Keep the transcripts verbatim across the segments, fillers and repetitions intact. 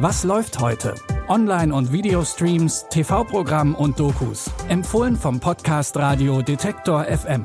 Was läuft heute? Online- und Videostreams, T V-Programm und Dokus. Empfohlen vom Podcast Radio Detektor F M.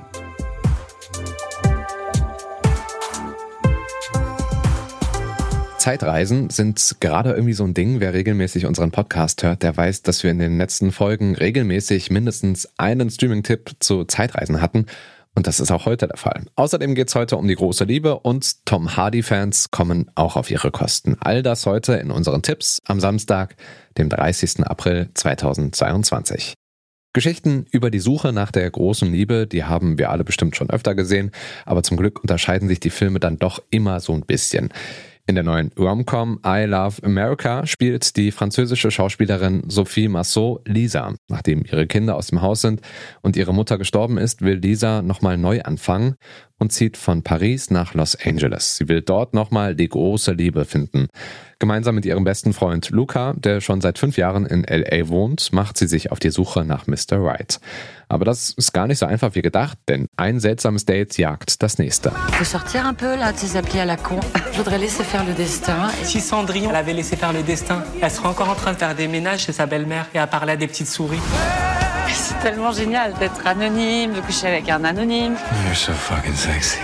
Zeitreisen sind gerade irgendwie so ein Ding. Wer regelmäßig unseren Podcast hört, der weiß, dass wir in den letzten Folgen regelmäßig mindestens einen Streaming-Tipp zu Zeitreisen hatten. Und das ist auch heute der Fall. Außerdem geht es heute um die große Liebe und Tom Hardy-Fans kommen auch auf ihre Kosten. All das heute in unseren Tipps am Samstag, dem dreißigsten April zweitausendzweiundzwanzig. Geschichten über die Suche nach der großen Liebe, die haben wir alle bestimmt schon öfter gesehen, aber zum Glück unterscheiden sich die Filme dann doch immer so ein bisschen. In der neuen Rom-Com I Love America spielt die französische Schauspielerin Sophie Marceau Lisa. Nachdem ihre Kinder aus dem Haus sind und ihre Mutter gestorben ist, will Lisa nochmal neu anfangen und zieht von Paris nach Los Angeles. Sie will dort nochmal die große Liebe finden. Gemeinsam mit ihrem besten Freund Luca, der schon seit fünf Jahren in L A wohnt, macht sie sich auf die Suche nach Mister Right. Aber das ist gar nicht so einfach wie gedacht, denn ein seltsames Date jagt das nächste. Tu peux sortir un peu là de ces applis à la con. Je voudrais laisser faire le destin. Si Cendrillon l'avait laissé faire le destin, elle serait encore en train de faire des ménages chez sa belle-mère et à parler à des petites souris. C'est tellement génial d'être anonyme, de coucher avec un anonyme. You're so fucking sexy.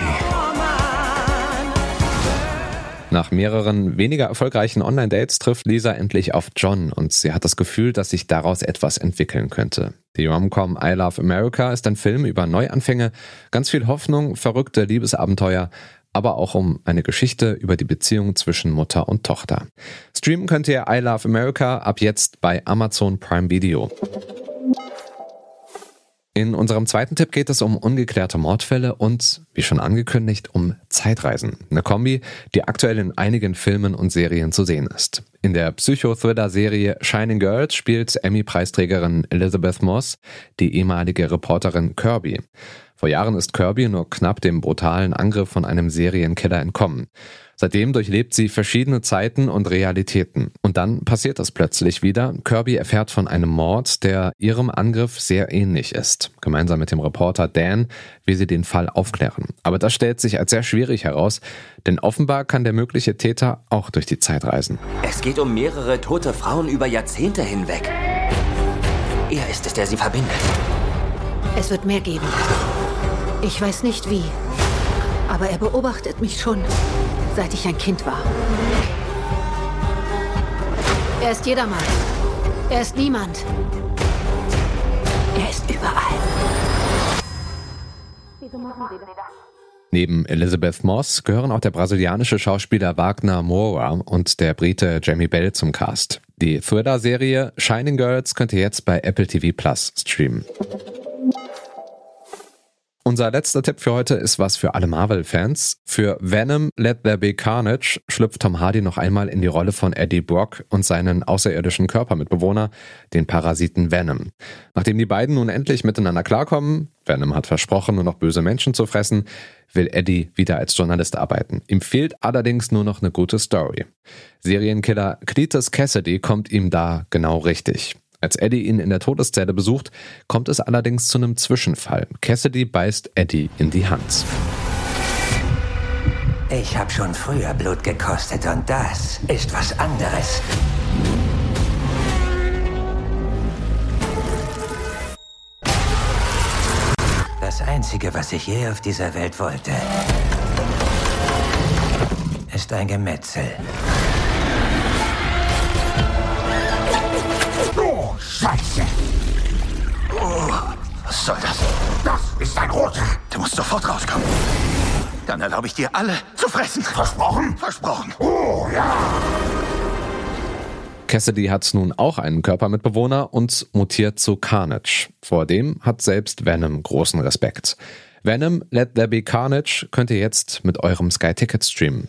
Nach mehreren weniger erfolgreichen Online-Dates trifft Lisa endlich auf John und sie hat das Gefühl, dass sich daraus etwas entwickeln könnte. Die Rom-Com I Love America ist ein Film über Neuanfänge, ganz viel Hoffnung, verrückte Liebesabenteuer, aber auch um eine Geschichte über die Beziehung zwischen Mutter und Tochter. Streamen könnt ihr I Love America ab jetzt bei Amazon Prime Video. In unserem zweiten Tipp geht es um ungeklärte Mordfälle und, wie schon angekündigt, um Zeitreisen. Eine Kombi, die aktuell in einigen Filmen und Serien zu sehen ist. In der Psycho-Thriller-Serie Shining Girls spielt Emmy-Preisträgerin Elizabeth Moss die ehemalige Reporterin Kirby. Vor Jahren ist Kirby nur knapp dem brutalen Angriff von einem Serienkiller entkommen. Seitdem durchlebt sie verschiedene Zeiten und Realitäten. Und dann passiert es plötzlich wieder. Kirby erfährt von einem Mord, der ihrem Angriff sehr ähnlich ist. Gemeinsam mit dem Reporter Dan will sie den Fall aufklären. Aber das stellt sich als sehr schwierig heraus, denn offenbar kann der mögliche Täter auch durch die Zeit reisen. Es geht um mehrere tote Frauen über Jahrzehnte hinweg. Er ist es, der sie verbindet. Es wird mehr geben. Ich weiß nicht wie, aber er beobachtet mich schon, seit ich ein Kind war. Er ist jedermann. Er ist niemand. Er ist überall. Wieso machen Sie das? Neben Elizabeth Moss gehören auch der brasilianische Schauspieler Wagner Moura und der Brite Jamie Bell zum Cast. Die Thriller-Serie Shining Girls könnt ihr jetzt bei Apple T V Plus streamen. Unser letzter Tipp für heute ist was für alle Marvel-Fans. Für Venom Let There Be Carnage schlüpft Tom Hardy noch einmal in die Rolle von Eddie Brock und seinen außerirdischen Körpermitbewohner, den Parasiten Venom. Nachdem die beiden nun endlich miteinander klarkommen, Venom hat versprochen, nur noch böse Menschen zu fressen, will Eddie wieder als Journalist arbeiten. Ihm fehlt allerdings nur noch eine gute Story. Serienkiller Cletus Cassidy kommt ihm da genau richtig. Als Eddie ihn in der Todeszelle besucht, kommt es allerdings zu einem Zwischenfall. Cassidy beißt Eddie in die Hand. Ich habe schon früher Blut gekostet und das ist was anderes. Das Einzige, was ich je auf dieser Welt wollte, ist ein Gemetzel. Scheiße! Oh, was soll das? Das ist ein Roter! Du musst sofort rauskommen. Dann erlaube ich dir, alle zu fressen. Versprochen? Versprochen. Oh, ja! Cassidy hat nun auch einen Körpermitbewohner und mutiert zu Carnage. Vor dem hat selbst Venom großen Respekt. Venom Let There Be Carnage könnt ihr jetzt mit eurem Sky Ticket streamen.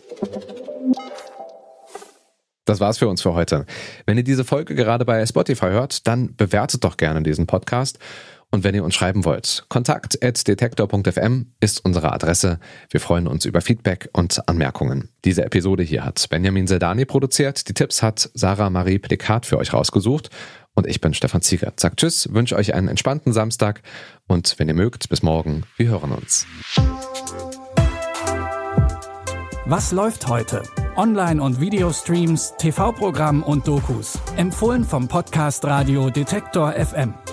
Das war's für uns für heute. Wenn ihr diese Folge gerade bei Spotify hört, dann bewertet doch gerne diesen Podcast. Und wenn ihr uns schreiben wollt, kontakt at detektor punkt f m ist unsere Adresse. Wir freuen uns über Feedback und Anmerkungen. Diese Episode hier hat Benjamin Seldani produziert. Die Tipps hat Sarah Marie Plikat für euch rausgesucht. Und ich bin Stefan Ziegert. Sagt Tschüss, wünsche euch einen entspannten Samstag. Und wenn ihr mögt, bis morgen. Wir hören uns. Was läuft heute? Online- und Videostreams, T V-Programm und Dokus. Empfohlen vom Podcast Radio Detektor F M.